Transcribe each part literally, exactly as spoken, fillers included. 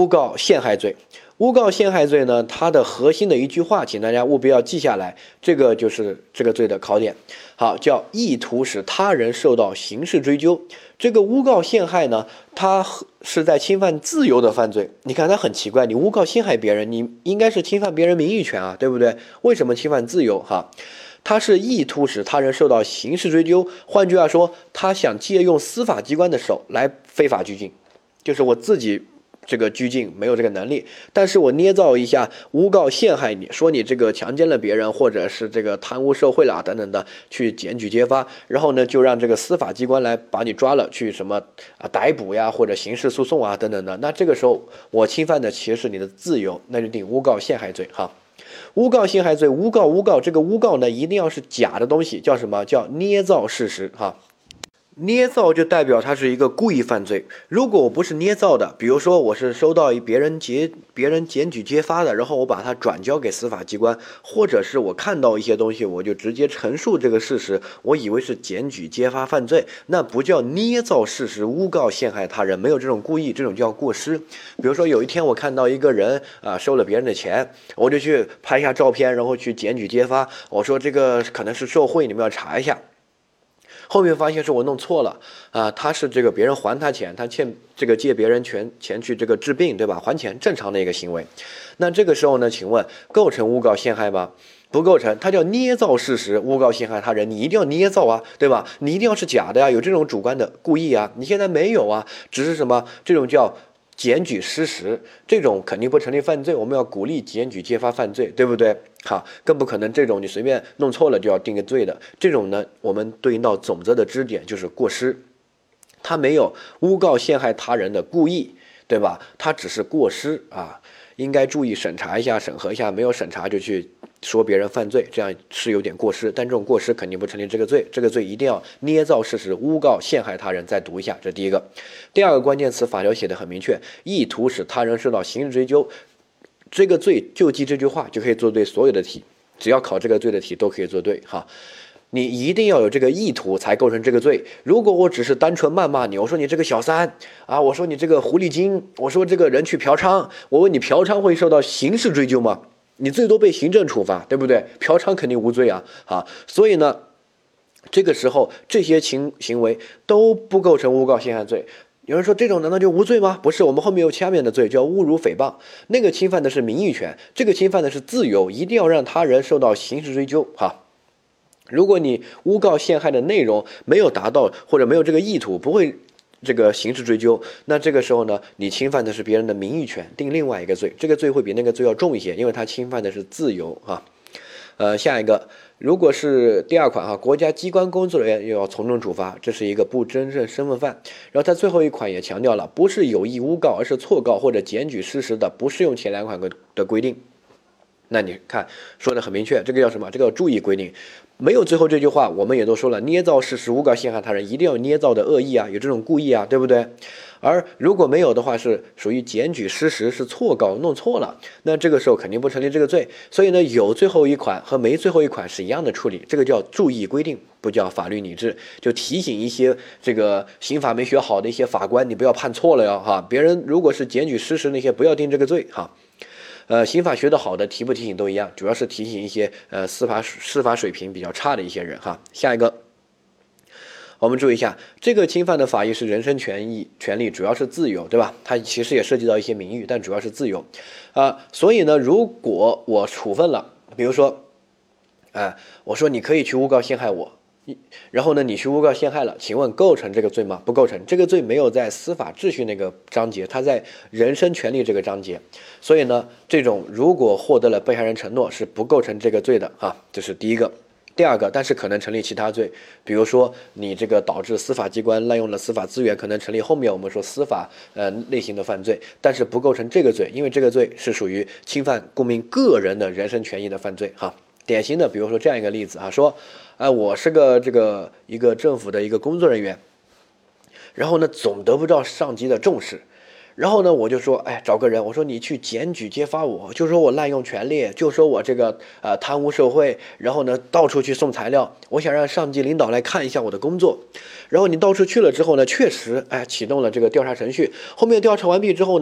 诬告陷害罪，诬告陷害罪呢，它的核心的一句话，请大家务必要记下来，这个就是这个罪的考点。好，叫意图使他人受到刑事追究。这个诬告陷害呢，它是在侵犯自由的犯罪。你看，它很奇怪，你诬告陷害别人，你应该是侵犯别人名誉权啊，对不对？为什么侵犯自由？哈，他是意图使他人受到刑事追究。换句话说，他想借用司法机关的手来非法拘禁，就是我自己这个拘禁没有这个能力，但是我捏造一下，诬告陷害你，说你这个强奸了别人，或者是这个贪污受贿了等等的，去检举揭发，然后呢就让这个司法机关来把你抓了，去什么啊逮捕呀，或者刑事诉讼啊等等的。那这个时候我侵犯的其实是你的自由，那就定诬告陷害罪哈。诬告陷害罪，诬告诬告这个诬告呢，一定要是假的东西，叫什么？叫捏造事实哈。捏造就代表它是一个故意犯罪。如果我不是捏造的，比如说我是收到别人结别人检举揭发的，然后我把它转交给司法机关，或者是我看到一些东西，我就直接陈述这个事实，我以为是检举揭发犯罪，那不叫捏造事实，诬告陷害他人，没有这种故意，这种叫过失。比如说有一天我看到一个人啊收了别人的钱，我就去拍一下照片，然后去检举揭发，我说这个可能是受贿，你们要查一下。后面发现是我弄错了啊，他是这个别人还他钱，他欠这个借别人钱钱去这个治病，对吧？还钱正常的一个行为。那这个时候呢，请问构成诬告陷害吗？不构成，它叫捏造事实，诬告陷害他人，你一定要捏造啊，对吧？你一定要是假的呀，有这种主观的故意啊，你现在没有啊，只是什么这种叫检举失实，这种肯定不成立犯罪，我们要鼓励检举揭发犯罪，对不对？好，更不可能这种你随便弄错了就要定个罪的，这种呢，我们对应到总则的支点就是过失，他没有诬告陷害他人的故意，对吧？他只是过失啊，应该注意审查一下、审核一下，没有审查就去说别人犯罪，这样是有点过失，但这种过失肯定不成立这个罪，这个罪一定要捏造事实、诬告陷害他人。再读一下，这是第一个。第二个关键词，法条写的很明确，意图使他人受到刑事追究。这个罪就记这句话就可以做对所有的题，只要考这个罪的题都可以做对哈。你一定要有这个意图才构成这个罪。如果我只是单纯谩骂你，我说你这个小三啊，我说你这个狐狸精，我说这个人去嫖娼，我问你嫖娼会受到刑事追究吗？你最多被行政处罚，对不对？嫖娼肯定无罪啊啊！所以呢，这个时候这些行行为都不构成诬告陷害罪。有人说这种难道就无罪吗？不是，我们后面有下面的罪叫侮辱诽谤，那个侵犯的是名誉权，这个侵犯的是自由，一定要让他人受到刑事追究哈。如果你诬告陷害的内容没有达到或者没有这个意图，不会这个刑事追究，那这个时候呢，你侵犯的是别人的名誉权，定另外一个罪，这个罪会比那个罪要重一些，因为它侵犯的是自由哈。呃，下一个，如果是第二款哈，国家机关工作人员又要从重处罚，这是一个不真正身份犯。然后它最后一款也强调了，不是有意诬告，而是错告或者检举失实的，不适用前两款的规定。那你看说的很明确，这个叫什么？这个要注意规定。没有最后这句话，我们也都说了，捏造事实、诬告陷害他人，一定要有捏造的恶意啊，有这种故意啊，对不对？而如果没有的话，是属于检举失实，是错告弄错了，那这个时候肯定不成立这个罪。所以呢，有最后一款和没最后一款是一样的处理，这个叫注意规定，不叫法律拟制，就提醒一些这个刑法没学好的一些法官，你不要判错了哟哈。别人如果是检举失实那些，不要定这个罪哈。呃，刑法学得好的提不提醒都一样，主要是提醒一些呃司法司法水平比较差的一些人哈。下一个，我们注意一下，这个侵犯的法益是人身权益权利，主要是自由，对吧？它其实也涉及到一些名誉，但主要是自由啊、呃。所以呢，如果我处分了，比如说，啊、呃，我说你可以去诬告陷害我。然后呢，你去诬告陷害了，请问构成这个罪吗？不构成，这个罪没有在司法秩序那个章节，它在人身权利这个章节，所以呢，这种如果获得了被害人承诺是不构成这个罪的啊，这是第一个。第二个，但是可能成立其他罪，比如说你这个导致司法机关滥用了司法资源，可能成立后面我们说司法呃类型的犯罪，但是不构成这个罪，因为这个罪是属于侵犯公民个人的人身权益的犯罪哈。典型的，比如说这样一个例子啊，说，啊、呃，我是个这个一个政府的一个工作人员，然后呢，总得不到上级的重视，然后呢，我就说，哎，找个人，我说你去检举揭发我，就说我滥用权力，就说我这个呃贪污受贿，然后呢，到处去送材料，我想让上级领导来看一下我的工作，然后你到处去了之后呢，确实，哎，启动了这个调查程序，后面调查完毕之后呢，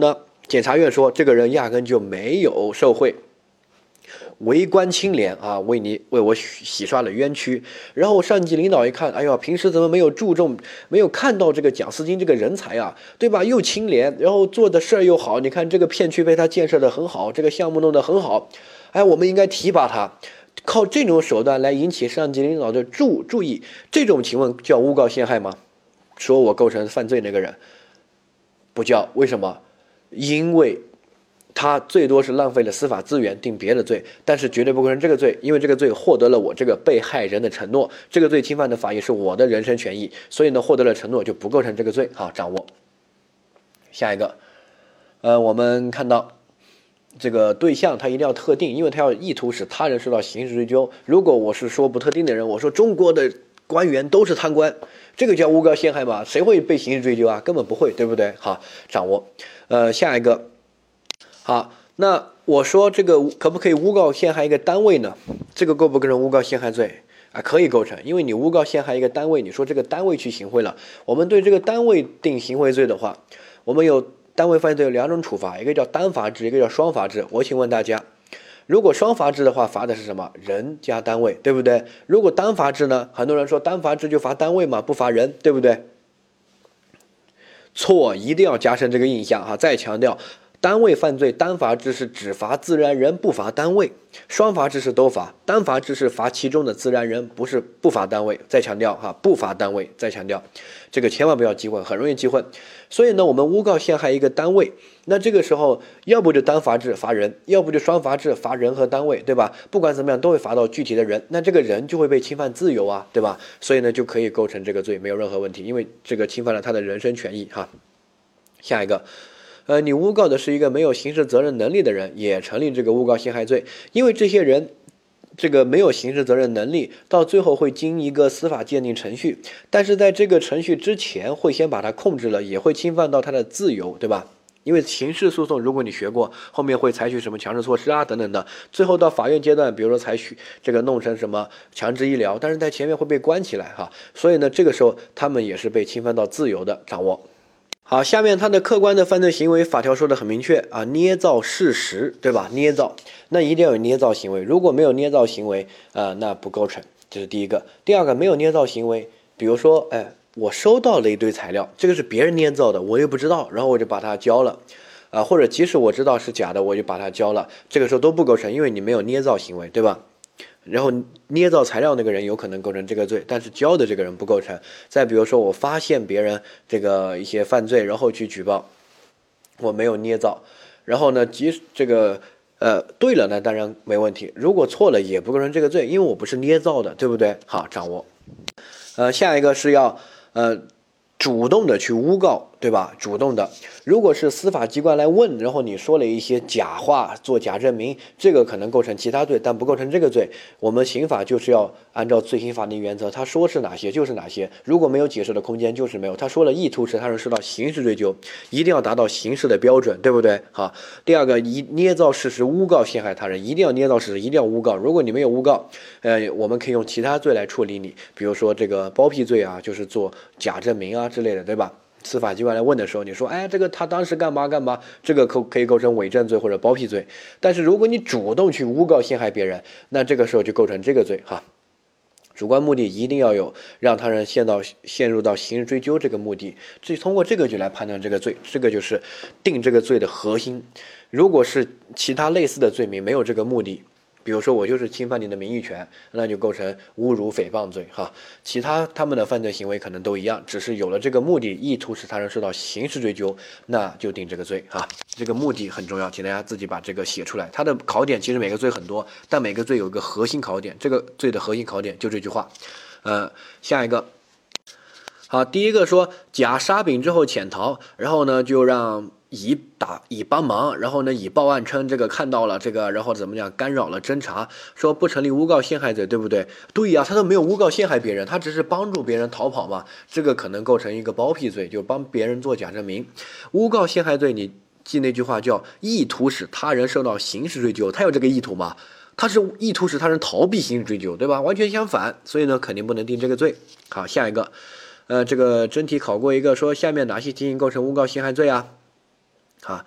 检察院说这个人压根就没有受贿。为官清廉啊，为你为我洗刷了冤屈。然后上级领导一看，哎呀，平时怎么没有注重，没有看到这个蒋思金这个人才啊，对吧？又清廉，然后做的事儿又好。你看这个片区被他建设的很好，这个项目弄得很好，哎，我们应该提拔他。靠这种手段来引起上级领导的注注意，这种情况叫诬告陷害吗？说我构成犯罪那个人，不叫。为什么？因为他最多是浪费了司法资源定别的罪，但是绝对不构成这个罪，因为这个罪获得了我这个被害人的承诺，这个罪侵犯的法益是我的人身权益，所以呢，获得了承诺就不构成这个罪。好，掌握。下一个，呃，我们看到这个对象他一定要特定，因为他要意图使他人受到刑事追究。如果我是说不特定的人，我说中国的官员都是贪官，这个叫诬告陷害吗？谁会被刑事追究啊？根本不会，对不对？好，掌握。呃，下一个。好，那我说这个可不可以诬告陷害一个单位呢？这个构不构成诬告陷害罪啊？可以构成，因为你诬告陷害一个单位，你说这个单位去行贿了，我们对这个单位定行贿罪的话，我们有单位犯罪有两种处罚，一个叫单罚制，一个叫双罚制。我请问大家，如果双罚制的话，罚的是什么？人加单位，对不对？如果单罚制呢？很多人说单罚制就罚单位嘛，不罚人，对不对？错，一定要加深这个印象哈！再强调。单位犯罪单罚制是只罚自然人不罚单位，双罚制是都罚，单罚制是罚其中的自然人，不是不罚单位。再强调哈，不罚单位，再强调，这个千万不要记混，很容易记混。所以呢，我们诬告陷害一个单位，那这个时候要不就单罚制罚人，要不就双罚制罚人和单位，对吧？不管怎么样都会罚到具体的人，那这个人就会被侵犯自由啊，对吧？所以呢，就可以构成这个罪，没有任何问题，因为这个侵犯了他的人身权益哈。下一个。呃，你诬告的是一个没有刑事责任能力的人，也成立这个诬告陷害罪，因为这些人，这个没有刑事责任能力，到最后会经一个司法鉴定程序，但是在这个程序之前，会先把他控制了，也会侵犯到他的自由，对吧？因为刑事诉讼，如果你学过，后面会采取什么强制措施啊等等的，最后到法院阶段，比如说采取这个弄成什么强制医疗，但是在前面会被关起来哈，所以呢，这个时候他们也是被侵犯到自由的，掌握。好，下面他的客观的犯罪行为，法条说的很明确啊，捏造事实，对吧？捏造，那一定要有捏造行为，如果没有捏造行为，啊、呃，那不构成，这是第一个。第二个，没有捏造行为，比如说，哎，我收到了一堆材料，这个是别人捏造的，我也不知道，然后我就把它交了，啊、呃，或者即使我知道是假的，我就把它交了，这个时候都不构成，因为你没有捏造行为，对吧？然后捏造材料那个人有可能构成这个罪，但是交的这个人不构成。再比如说，我发现别人这个一些犯罪，然后去举报，我没有捏造，然后呢，即使这个呃对了呢，当然没问题；如果错了，也不构成这个罪，因为我不是捏造的，对不对？好，掌握。呃，下一个是要呃主动的去诬告，对吧？主动的，如果是司法机关来问，然后你说了一些假话，做假证明，这个可能构成其他罪，但不构成这个罪。我们刑法就是要按照罪刑法定原则，他说是哪些就是哪些，如果没有解释的空间就是没有。他说了意图使他人受到刑事追究，一定要达到刑事的标准，对不对？好，第二个，一捏造事实诬告陷害他人，一定要捏造事实，一定要诬告。如果你没有诬告，呃，我们可以用其他罪来处理你，比如说这个包庇罪啊，就是做假证明啊之类的，对吧？司法机关来问的时候，你说，哎，这个他当时干嘛干嘛，这个可可以构成伪证罪或者包庇罪。但是如果你主动去诬告陷害别人，那这个时候就构成这个罪哈。主观目的一定要有让他人陷到陷入到刑事追究这个目的，至于通过这个就来判断这个罪，这个就是定这个罪的核心。如果是其他类似的罪名没有这个目的，比如说我就是侵犯你的名誉权，那就构成侮辱诽谤罪哈。其他他们的犯罪行为可能都一样，只是有了这个目的，意图使他人受到刑事追究，那就定这个罪哈。这个目的很重要，请大家自己把这个写出来。它的考点其实每个罪很多，但每个罪有一个核心考点，这个罪的核心考点就这句话。呃，下一个。好，第一个说甲杀丙之后潜逃，然后呢就让乙打乙帮忙，然后呢乙报案称这个看到了这个，然后怎么讲干扰了侦查，说不成立诬告陷害罪，对不对？对呀，他都没有诬告陷害别人，他只是帮助别人逃跑嘛，这个可能构成一个包庇罪，就帮别人做假证明。诬告陷害罪，你记那句话叫意图使他人受到刑事追究，他有这个意图吗？他是意图使他人逃避刑事追究，对吧？完全相反，所以呢肯定不能定这个罪。好，下一个。呃，这个真题考过一个，说下面哪些情形构成诬告陷害罪啊？啊，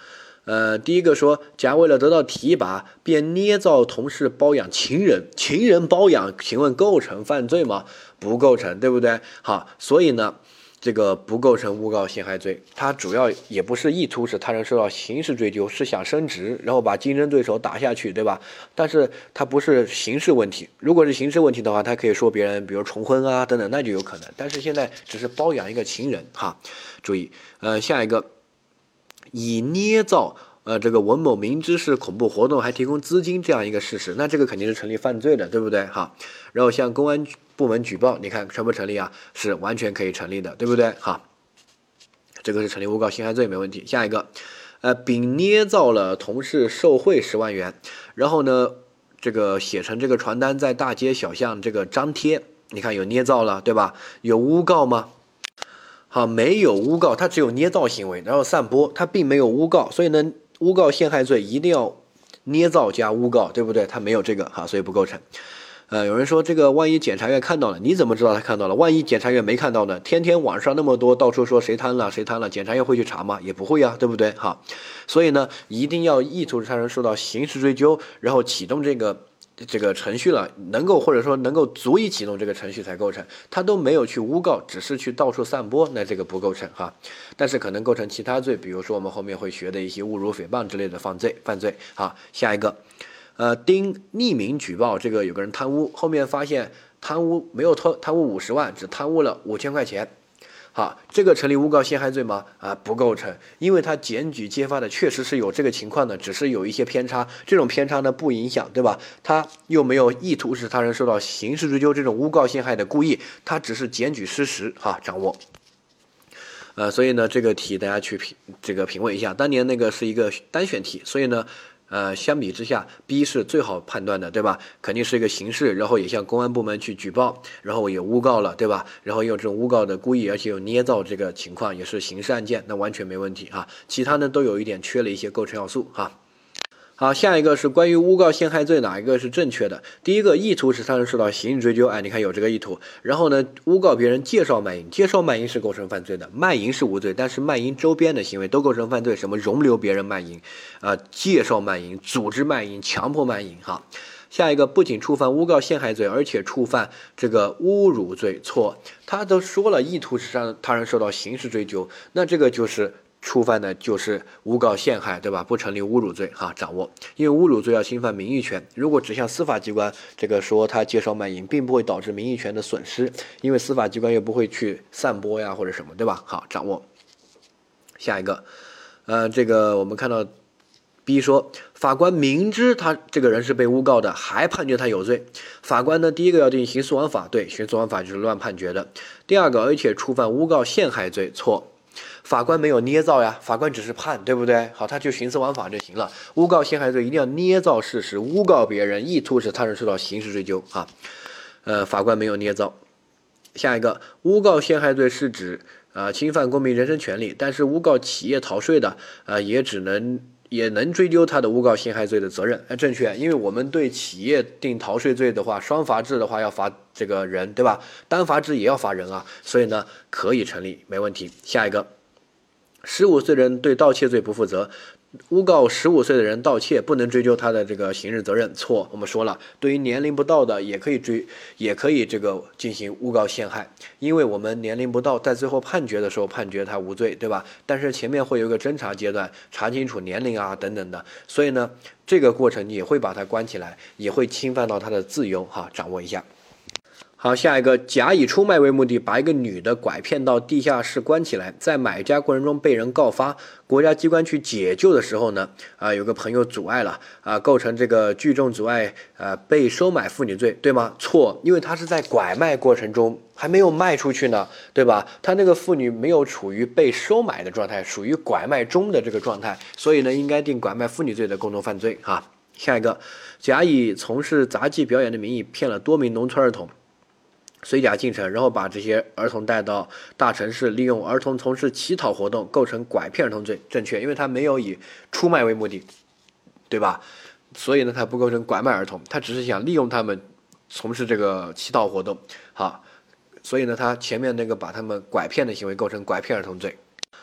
呃，第一个说，甲为了得到提拔，便捏造同事包养情人，情人包养，请问构成犯罪吗？不构成，对不对？好，所以呢，这个不构成诬告陷害罪，它主要也不是意图使他人受到刑事追究，是想升职，然后把竞争对手打下去，对吧？但是它不是刑事问题，如果是刑事问题的话，他可以说别人，比如重婚啊等等，那就有可能。但是现在只是包养一个情人，哈，注意，呃，下一个。以捏造呃这个文某明知是恐怖活动还提供资金这样一个事实，那这个肯定是成立犯罪的，对不对？哈，然后向公安部门举报，你看成不成立啊？是完全可以成立的，对不对？哈，这个是成立诬告陷害罪，没问题。下一个，呃，丙捏造了同事受贿十万元，然后呢，这个写成这个传单在大街小巷这个张贴，你看有捏造了，对吧？有诬告吗？好，没有诬告，它只有捏造行为，然后散播，它并没有诬告，所以呢，诬告陷害罪一定要捏造加诬告，对不对？它没有这个，好，所以不构成。呃，有人说这个万一检察院看到了，你怎么知道他看到了？万一检察院没看到呢？天天网上那么多，到处说谁贪了谁贪了，检察院会去查吗？也不会啊，对不对？好，所以呢，一定要意图使他人受到刑事追究，然后启动这个。这个程序了，能够或者说能够足以启动这个程序才构成，他都没有去诬告，只是去到处散播，那这个不构成哈，但是可能构成其他罪，比如说我们后面会学的一些侮辱、诽谤之类的犯罪犯罪。好，下一个，呃，丁匿名举报这个有个人贪污，后面发现贪污没有偷贪污五十万，只贪污了五千块钱。好，这个成立诬告陷害罪吗？啊，不构成，因为他检举揭发的确实是有这个情况的，只是有一些偏差，这种偏差呢不影响，对吧？他又没有意图使他人受到刑事追究，这种诬告陷害的故意，他只是检举事实，哈，掌握。呃，所以呢，这个题大家去品这个品味一下，当年那个是一个单选题，所以呢。呃，相比之下 ，B 是最好判断的，对吧？肯定是一个刑事，然后也向公安部门去举报，然后也诬告了，对吧？然后有这种诬告的故意，而且有捏造这个情况，也是刑事案件，那完全没问题啊。其他呢都有一点缺了一些构成要素哈。好，下一个是关于诬告陷害罪，哪一个是正确的？第一个，意图使他人受到刑事追究，哎，你看有这个意图。然后呢，诬告别人介绍卖淫，介绍卖淫是构成犯罪的，卖淫是无罪，但是卖淫周边的行为都构成犯罪，什么容留别人卖淫，啊、呃，介绍卖淫，组织卖淫，强迫卖淫，哈。下一个不仅触犯诬告陷害罪，而且触犯这个侮辱罪，错。他都说了，意图使让他人受到刑事追究，那这个就是触犯的就是诬告陷害，对吧？不成立侮辱罪哈，掌握。因为侮辱罪要侵犯名誉权，如果只向司法机关这个说他介绍卖淫，并不会导致名誉权的损失，因为司法机关又不会去散播呀或者什么，对吧？好，掌握。下一个，呃，这个我们看到。B 说，法官明知他这个人是被诬告的，还判决他有罪。法官呢，第一个要定刑诉枉法，对，刑诉枉法就是乱判决的。第二个，而且触犯诬告陷害罪，错。法官没有捏造呀，法官只是判，对不对？好，他就刑事枉法就行了。诬告陷害罪一定要捏造事实，诬告别人，意图使他人受到刑事追究啊。呃，法官没有捏造。下一个，诬告陷害罪是指呃侵犯公民人身权利，但是诬告企业逃税的，呃也只能。也能追究他的诬告陷害罪的责任，哎，正确，因为我们对企业定逃税罪的话，双罚制的话要罚这个人，对吧？单罚制也要罚人啊，所以呢可以成立，没问题。下一个，十五岁的人对盗窃罪不负责。诬告十五岁的人盗窃，不能追究他的这个刑事责任，错。我们说了，对于年龄不到的，也可以追，也可以这个进行诬告陷害，因为我们年龄不到，在最后判决的时候判决他无罪，对吧？但是前面会有一个侦查阶段，查清楚年龄啊等等的，所以呢，这个过程也会把他关起来，也会侵犯到他的自由，哈，掌握一下。好，下一个，甲以出卖为目的，把一个女的拐骗到地下室关起来，在买家过程中被人告发，国家机关去解救的时候呢，啊，有个朋友阻碍了，啊，构成这个聚众阻碍，呃，被收买妇女罪，对吗？错，因为他是在拐卖过程中还没有卖出去呢，对吧？他那个妇女没有处于被收买的状态，属于拐卖中的这个状态，所以呢，应该定拐卖妇女罪的共同犯罪哈。下一个，甲以从事杂技表演的名义骗了多名农村儿童。随甲进城，然后把这些儿童带到大城市，利用儿童从事乞讨活动，构成拐骗儿童罪，正确，因为他没有以出卖为目的，对吧？所以呢，他不构成拐卖儿童，他只是想利用他们从事这个乞讨活动，好，所以呢，他前面那个把他们拐骗的行为构成拐骗儿童罪。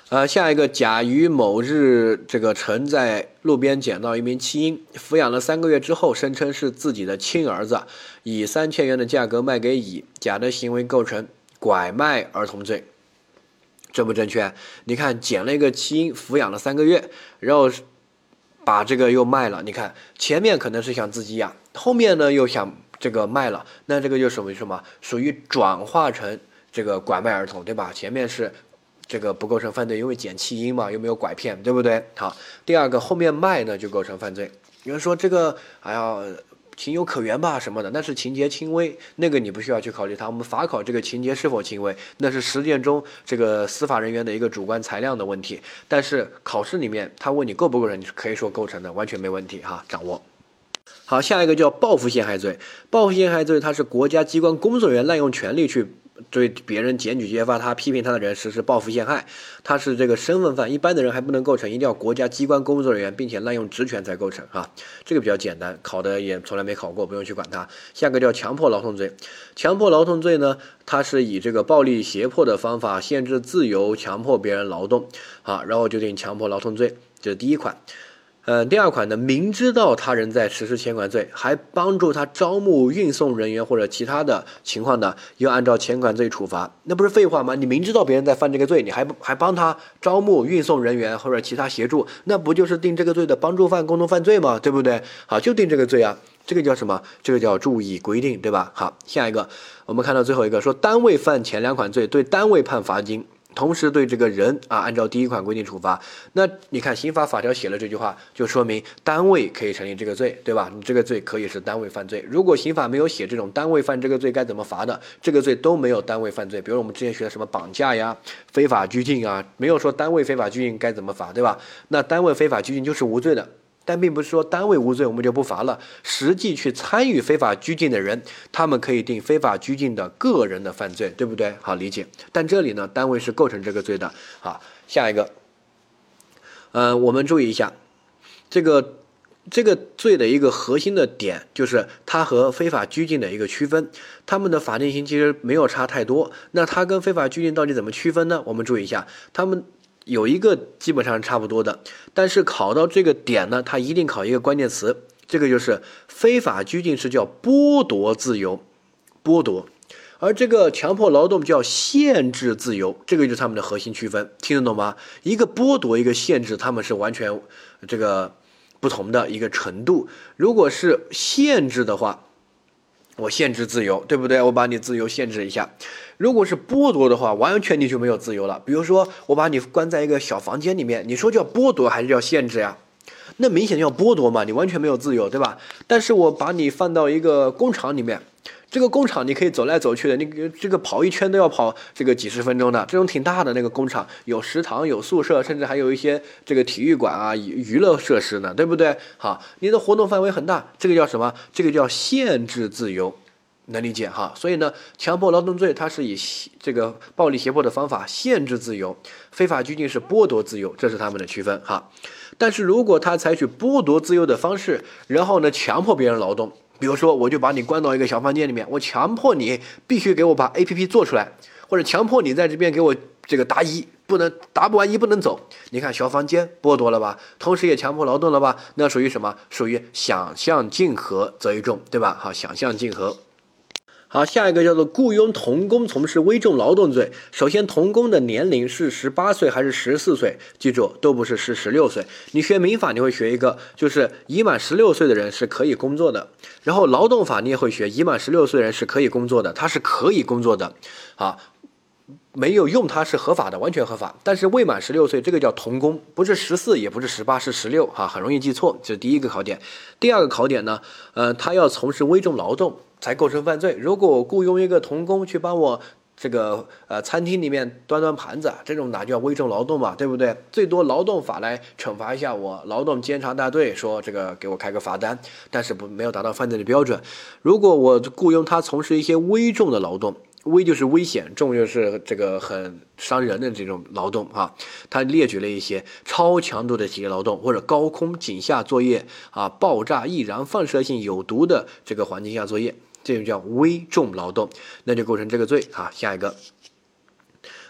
呃，下一个，甲于某日这个曾在路边捡到一名弃婴，抚养了三个月之后，声称是自己的亲儿子，以三千元的价格卖给乙，甲的行为构成拐卖儿童罪，正不正确？你看，捡了一个弃婴，抚养了三个月，然后把这个又卖了，你看前面可能是想自己养，后面呢又想这个卖了，那这个就属于什么？属于转化成这个拐卖儿童，对吧？前面是这个不构成犯罪，因为捡弃婴嘛，又没有拐骗，对不对？好，第二个后面卖呢就构成犯罪。有人说这个哎呀情有可原吧什么的，那是情节轻微，那个你不需要去考虑它。我们法考这个情节是否轻微，那是实践中这个司法人员的一个主观裁量的问题。但是考试里面他问你构不构成，你可以说构成的，完全没问题哈，掌握。好，下一个叫报复陷害罪。报复陷害罪，它是国家机关工作人员滥用权力去对别人检举揭发他、批评他的人实施报复陷害，他是这个身份犯，一般的人还不能构成，一定要国家机关工作人员，并且滥用职权才构成啊。这个比较简单，考的也从来没考过，不用去管它。下个叫强迫劳动罪。强迫劳动罪呢，它是以这个暴力胁迫的方法限制自由，强迫别人劳动啊，然后就定强迫劳动罪，这是第一款。呃，第二款呢，明知道他人在实施前款罪，还帮助他招募、运送人员或者其他的情况呢，要按照前款罪处罚。那不是废话吗？你明知道别人在犯这个罪，你还还帮他招募、运送人员或者其他协助，那不就是定这个罪的帮助犯、共同犯罪吗？对不对？好，就定这个罪啊。这个叫什么？这个叫注意规定，对吧？好，下一个，我们看到最后一个说，单位犯前两款罪，对单位判罚金。同时对这个人啊，按照第一款规定处罚。那你看刑法法条写了这句话，就说明单位可以成立这个罪，对吧？你这个罪可以是单位犯罪。如果刑法没有写这种单位犯这个罪该怎么罚的，这个罪都没有单位犯罪。比如我们之前学的什么绑架呀、非法拘禁啊，没有说单位非法拘禁该怎么罚，对吧？那单位非法拘禁就是无罪的。但并不是说单位无罪我们就不罚了，实际去参与非法拘禁的人，他们可以定非法拘禁的个人的犯罪，对不对？好理解。但这里呢，单位是构成这个罪的。好，下一个，呃，我们注意一下，这个这个罪的一个核心的点就是它和非法拘禁的一个区分，他们的法定刑其实没有差太多。那它跟非法拘禁到底怎么区分呢？我们注意一下，他们有一个基本上是差不多的，但是考到这个点呢，它一定考一个关键词，这个就是非法拘禁是叫剥夺自由，剥夺，而这个强迫劳动叫限制自由，这个就是他们的核心区分，听得懂吗？一个剥夺，一个限制，他们是完全这个不同的一个程度。如果是限制的话，我限制自由，对不对？我把你自由限制一下。如果是剥夺的话，完全你就没有自由了。比如说，我把你关在一个小房间里面，你说叫剥夺还是叫限制呀？那明显叫剥夺嘛，你完全没有自由，对吧？但是我把你放到一个工厂里面，这个工厂你可以走来走去的，你这个跑一圈都要跑这个几十分钟的，这种挺大的那个工厂，有食堂、有宿舍，甚至还有一些这个体育馆啊、娱乐设施呢，对不对？好，你的活动范围很大，这个叫什么？这个叫限制自由。能理解哈，所以呢，强迫劳动罪它是以这个暴力胁迫的方法限制自由，非法拘禁是剥夺自由，这是他们的区分哈。但是如果他采取剥夺自由的方式，然后呢强迫别人劳动，比如说我就把你关到一个小房间里面，我强迫你必须给我把 A P P 做出来，或者强迫你在这边给我这个答疑，不能答不完疑不能走。你看小房间剥夺了吧，同时也强迫劳动了吧？那属于什么？属于想象竞合择一重，对吧？好，想象竞合。好，下一个叫做雇佣童工从事危重劳动罪。首先，童工的年龄是十八岁还是十四岁？记住，都不是是十六岁。你学民法，你会学一个，就是已满十六岁的人是可以工作的。然后劳动法你也会学，已满十六岁的人是可以工作的，他是可以工作的。啊，没有用它是合法的，完全合法。但是未满十六岁，这个叫童工，不是十四，也不是十八，是十六哈，很容易记错。这是第一个考点。第二个考点呢，呃，他要从事危重劳动才构成犯罪。如果我雇佣一个童工去帮我这个呃餐厅里面端端盘子，这种哪叫危重劳动嘛，对不对？最多劳动法来惩罚一下我，劳动监察大队说这个给我开个罚单，但是不没有达到犯罪的标准。如果我雇佣他从事一些危重的劳动，危就是危险，重就是这个很伤人的这种劳动啊。他列举了一些超强度的体力劳动，或者高空井下作业啊，爆炸、易燃、放射性有毒的这个环境下作业，这就叫危重劳动，那就构成这个罪啊。下一个。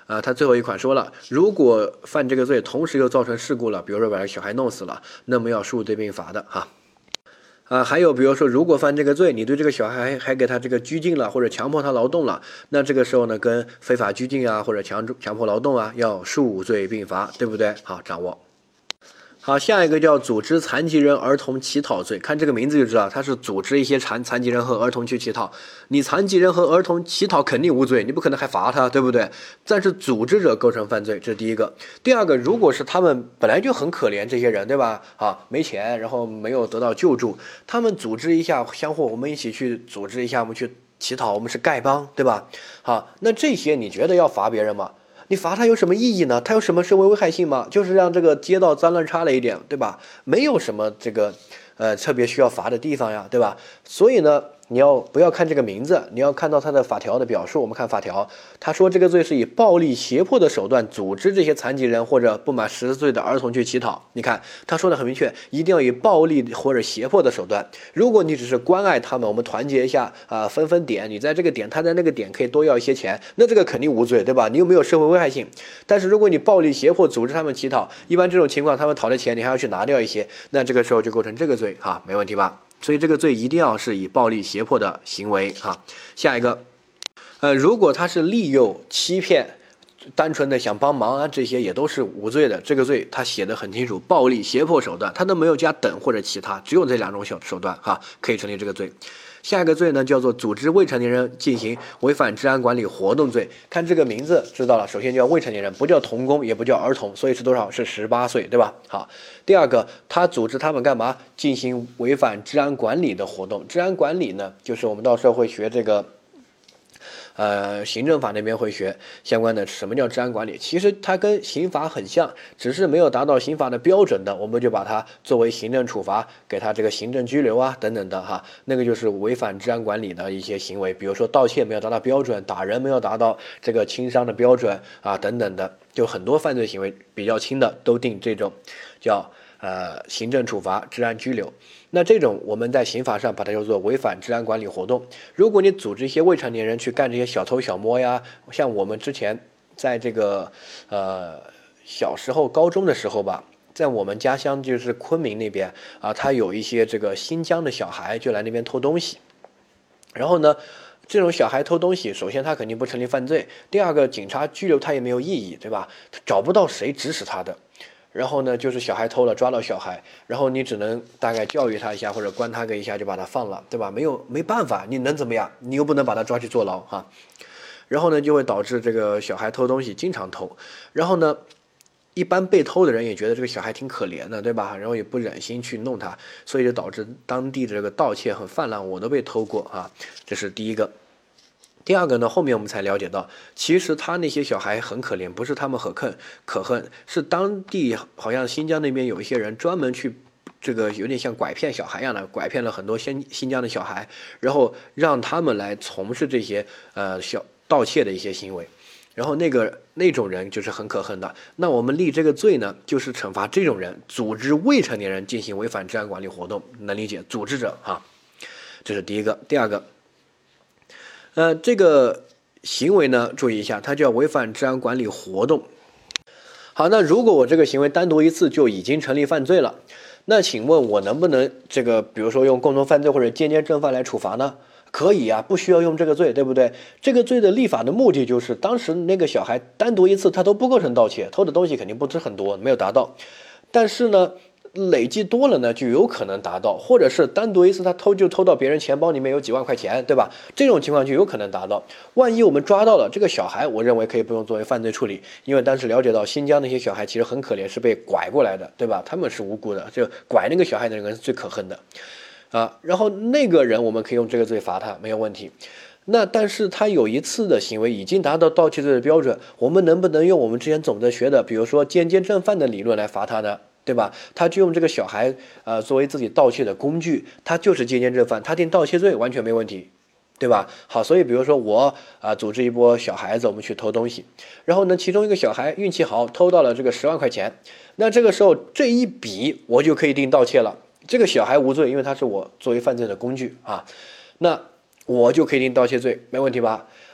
啊，他最后一款说了，如果犯这个罪，同时又造成事故了，比如说把小孩弄死了，那么要数罪并罚的哈。啊，还有比如说，如果犯这个罪，你对这个小孩还给他这个拘禁了，或者强迫他劳动了，那这个时候呢，跟非法拘禁啊，或者强强迫劳动啊，要数罪并罚，对不对？好，掌握。好，下一个叫组织残疾人儿童乞讨罪，看这个名字就知道，他是组织一些残残疾人和儿童去乞讨。你残疾人和儿童乞讨肯定无罪，你不可能还罚他，对不对？但是组织者构成犯罪，这是第一个。第二个，如果是他们本来就很可怜，这些人对吧？啊，没钱，然后没有得到救助，他们组织一下，相互我们一起去组织一下，我们去乞讨，我们是丐帮，对吧？好，那这些你觉得要罚别人吗？你罚他有什么意义呢？他有什么社会危害性吗？就是让这个街道脏乱差了一点，对吧？没有什么这个呃特别需要罚的地方呀，对吧？所以呢，你要不要看这个名字？你要看到他的法条的表述。我们看法条，他说这个罪是以暴力胁迫的手段组织这些残疾人或者不满十岁的儿童去乞讨。你看他说的很明确，一定要以暴力或者胁迫的手段。如果你只是关爱他们，我们团结一下啊、呃，分分点，你在这个点，他在那个点可以多要一些钱，那这个肯定无罪，对吧？你又没有社会危害性。但是如果你暴力胁迫组织他们乞讨，一般这种情况，他们讨的钱你还要去拿掉一些，那这个时候就构成这个罪哈，没问题吧？所以这个罪一定要是以暴力胁迫的行为哈。下一个，呃，如果他是利诱、欺骗，单纯的想帮忙啊，这些也都是无罪的。这个罪他写的很清楚，暴力胁迫手段，他都没有加等或者其他，只有这两种小手段哈，可以成立这个罪。下一个罪呢，叫做组织未成年人进行违反治安管理活动罪。看这个名字知道了，首先叫未成年人，不叫童工，也不叫儿童，所以是多少？是十八岁，对吧？好，第二个，他组织他们干嘛？进行违反治安管理的活动。治安管理呢，就是我们到时候会学这个。呃，行政法那边会学相关的什么叫治安管理，其实它跟刑法很像，只是没有达到刑法的标准的，我们就把它作为行政处罚，给他这个行政拘留啊等等的哈，那个就是违反治安管理的一些行为，比如说盗窃没有达到标准，打人没有达到这个轻伤的标准啊等等的，就很多犯罪行为比较轻的都定这种叫呃行政处罚、治安拘留。那这种我们在刑法上把它叫做违反治安管理活动。如果你组织一些未成年人去干这些小偷小摸呀，像我们之前在这个呃小时候高中的时候吧，在我们家乡就是昆明那边啊，他有一些这个新疆的小孩就来那边偷东西，然后呢。这种小孩偷东西，首先他肯定不成立犯罪，第二个警察拘留他也没有意义，对吧？他找不到谁指使他的。然后呢，就是小孩偷了，抓到小孩，然后你只能大概教育他一下，或者关他个一下就把他放了，对吧？没有没办法，你能怎么样？你又不能把他抓去坐牢哈。然后呢，就会导致这个小孩偷东西经常偷，然后呢，一般被偷的人也觉得这个小孩挺可怜的，对吧？然后也不忍心去弄他，所以就导致当地的这个盗窃很泛滥，我都被偷过啊，这是第一个。第二个呢，后面我们才了解到，其实他那些小孩很可怜，不是他们可恨可恨，是当地好像新疆那边有一些人专门去，这个有点像拐骗小孩一样的，拐骗了很多新新疆的小孩，然后让他们来从事这些呃小盗窃的一些行为，然后那个那种人就是很可恨的。那我们立这个罪呢，就是惩罚这种人组织未成年人进行违反治安管理活动，能理解？组织者哈，这是第一个。第二个。呃，这个行为呢，注意一下，它叫违反治安管理活动。好，那如果我这个行为单独一次就已经成立犯罪了，那请问我能不能这个，比如说用共同犯罪或者间接正犯来处罚呢？可以啊，不需要用这个罪，对不对？这个罪的立法的目的就是，当时那个小孩单独一次他都不构成盗窃，偷的东西肯定不是很多，没有达到，但是呢。累计多了呢，就有可能达到，或者是单独一次他偷就偷到别人钱包里面有几万块钱，对吧？这种情况就有可能达到。万一我们抓到了这个小孩，我认为可以不用作为犯罪处理，因为当时了解到新疆那些小孩其实很可怜，是被拐过来的，对吧？他们是无辜的，就拐那个小孩的人是最可恨的，啊，然后那个人我们可以用这个罪罚他，没有问题。那但是他有一次的行为已经达到盗窃罪的标准，我们能不能用我们之前总的学的，比如说间接正犯的理论来罚他呢？对吧？他就用这个小孩，呃，作为自己盗窃的工具，他就是间接正犯，他定盗窃罪完全没问题，对吧？好，所以比如说我啊、呃，组织一波小孩子，我们去偷东西，然后呢，其中一个小孩运气好，偷到了这个十万块钱，那这个时候这一笔我就可以定盗窃了，这个小孩无罪，因为他是我作为犯罪的工具啊，那我就可以定盗窃罪，没问题吧？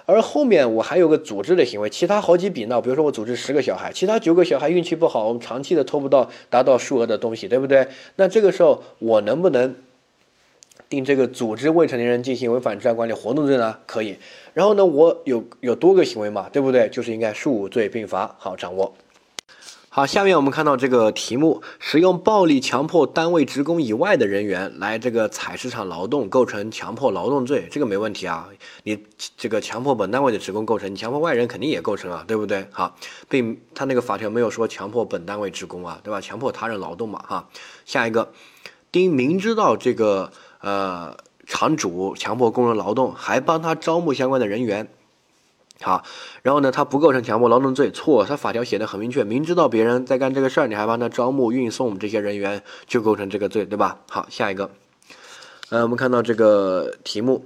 而后面我还有个组织的行为，其他好几笔呢，比如说我组织十个小孩，其他九个小孩运气不好，我们长期的偷不到达到数额的东西，对不对？那这个时候我能不能定这个组织未成年人进行违反治安管理活动罪呢？可以。然后呢，我有有多个行为嘛，对不对？就是应该数五罪并罚，好掌握。好，下面我们看到这个题目，使用暴力强迫单位职工以外的人员来这个采市场劳动，构成强迫劳动罪，这个没问题啊。你这个强迫本单位的职工构成，你强迫外人肯定也构成啊，对不对？好，并他那个法条没有说强迫本单位职工啊，对吧？强迫他人劳动嘛，哈。下一个，丁明知道这个呃厂主强迫工人劳动，还帮他招募相关的人员。好，然后呢，他不构成强迫劳动罪，错，他法条写的很明确，明知道别人在干这个事儿，你还帮他招募、运送这些人员，就构成这个罪，对吧？好，下一个，呃，我们看到这个题目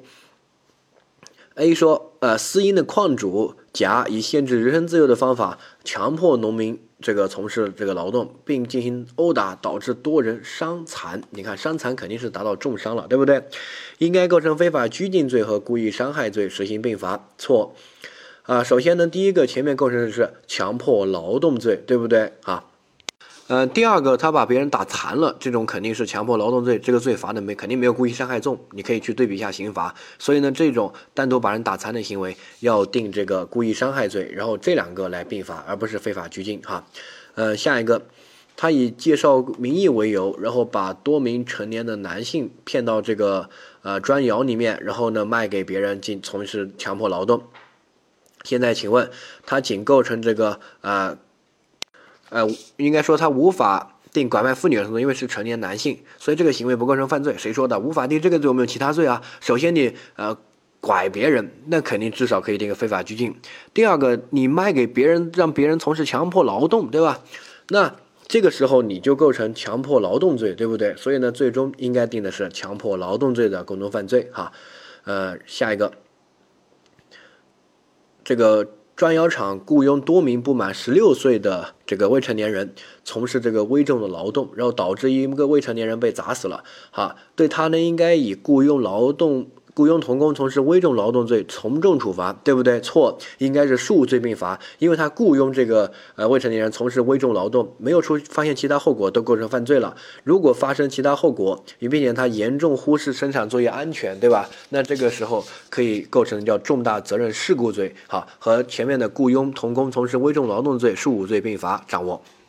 ，A 说，呃，私营的矿主甲以限制人身自由的方法，强迫农民这个从事这个劳动，并进行殴打，导致多人伤残。你看，伤残肯定是达到重伤了，对不对？应该构成非法拘禁罪和故意伤害罪，实行并罚，错。啊，首先呢，第一个前面构成的是强迫劳动罪，对不对啊？呃，第二个他把别人打残了，这种肯定是强迫劳动罪，这个罪罚的没肯定没有故意伤害重，你可以去对比一下刑罚。所以呢，这种单独把人打残的行为要定这个故意伤害罪，然后这两个来并罚，而不是非法拘禁哈。呃，下一个，他以介绍民意为由，然后把多名成年的男性骗到这个呃砖窑里面，然后呢卖给别人进从事强迫劳动。现在请问，他仅构成这个呃呃，应该说他无法定拐卖妇女的罪，因为是成年男性，所以这个行为不构成犯罪。谁说的？无法定这个罪，我们有其他罪啊。首先你呃拐别人，那肯定至少可以定个非法拘禁。第二个，你卖给别人，让别人从事强迫劳动，对吧？那这个时候你就构成强迫劳动罪，对不对？所以呢，最终应该定的是强迫劳动罪的共同犯罪哈。呃，下一个。这个砖窑厂雇佣多名不满十六岁的这个未成年人从事这个危重的劳动，然后导致一个未成年人被砸死了。哈，对他呢，应该以雇佣劳动、雇佣童工从事危重劳动罪从重处罚，对不对？错，应该是数罪并罚，因为他雇佣这个呃未成年人从事危重劳动，没有出发现其他后果，都构成犯罪了。如果发生其他后果，并且他严重忽视生产作业安全，对吧？那这个时候可以构成叫重大责任事故罪，好，和前面的雇佣童工从事危重劳动罪数五罪并罚，掌握。